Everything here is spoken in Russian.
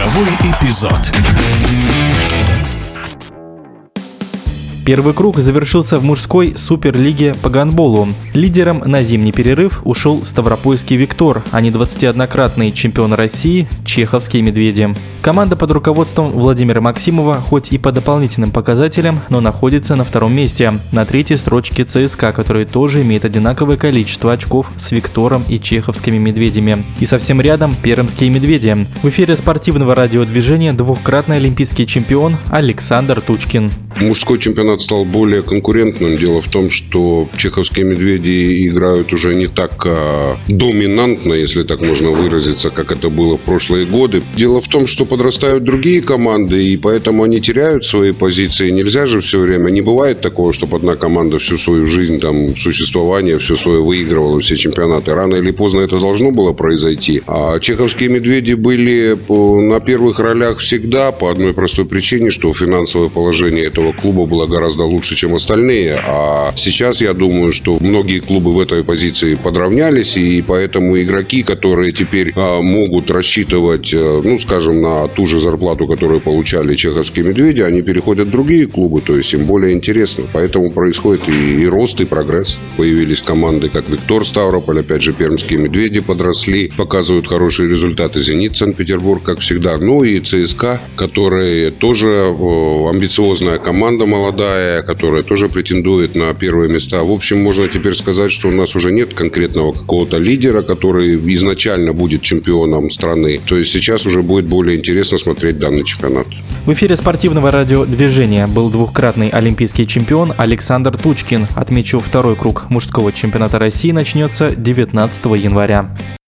Игровой эпизод. Первый круг завершился в мужской суперлиге по гандболу. Лидером на зимний перерыв ушел ставропольский «Виктор», а не 21-кратный чемпион России чеховские «Медведи». Команда под руководством Владимира Максимова хоть и по дополнительным показателям, но находится на втором месте, на третьей строчке ЦСКА, который тоже имеет одинаковое количество очков с «Виктором» и чеховскими «Медведями. И совсем рядом пермские «Медведи». В эфире спортивного радиодвижения двукратный олимпийский чемпион Александр Тучкин. Мужской чемпионат стал более конкурентным. Дело в том, что чеховские «Медведи» играют уже не так доминантно, если так можно выразиться, как это было в прошлые годы. Дело в том, что подрастают другие команды, и поэтому они теряют свои позиции. Нельзя же все время. Не бывает такого, чтобы одна команда всю свою жизнь, существование, все свое выигрывала, все чемпионаты. Рано или поздно это должно было произойти. А чеховские «Медведи» были на первых ролях всегда по одной простой причине, что финансовое положение этого клуба было гораздо лучше, чем остальные. А сейчас я думаю, что многие клубы в этой позиции подравнялись, и поэтому игроки, которые теперь могут рассчитывать, скажем, на ту же зарплату, которую получали чеховские «Медведи», они переходят в другие клубы, то есть им более интересно. Поэтому происходит и рост, и прогресс. Появились команды, как «Виктор» Ставрополь, опять же, пермские «Медведи» подросли, показывают хорошие результаты. «Зенит» Санкт-Петербург, как всегда. Ну и ЦСКА, который тоже амбициозная команда, молодая, которая тоже претендует на первые места. В общем, можно теперь сказать, что у нас уже нет конкретного какого-то лидера, который изначально будет чемпионом страны. То есть сейчас уже будет более интересно смотреть данный чемпионат. В эфире спортивного радиодвижения был двукратный олимпийский чемпион Александр Тучкин. Отмечу, второй круг мужского чемпионата России начнется 19 января.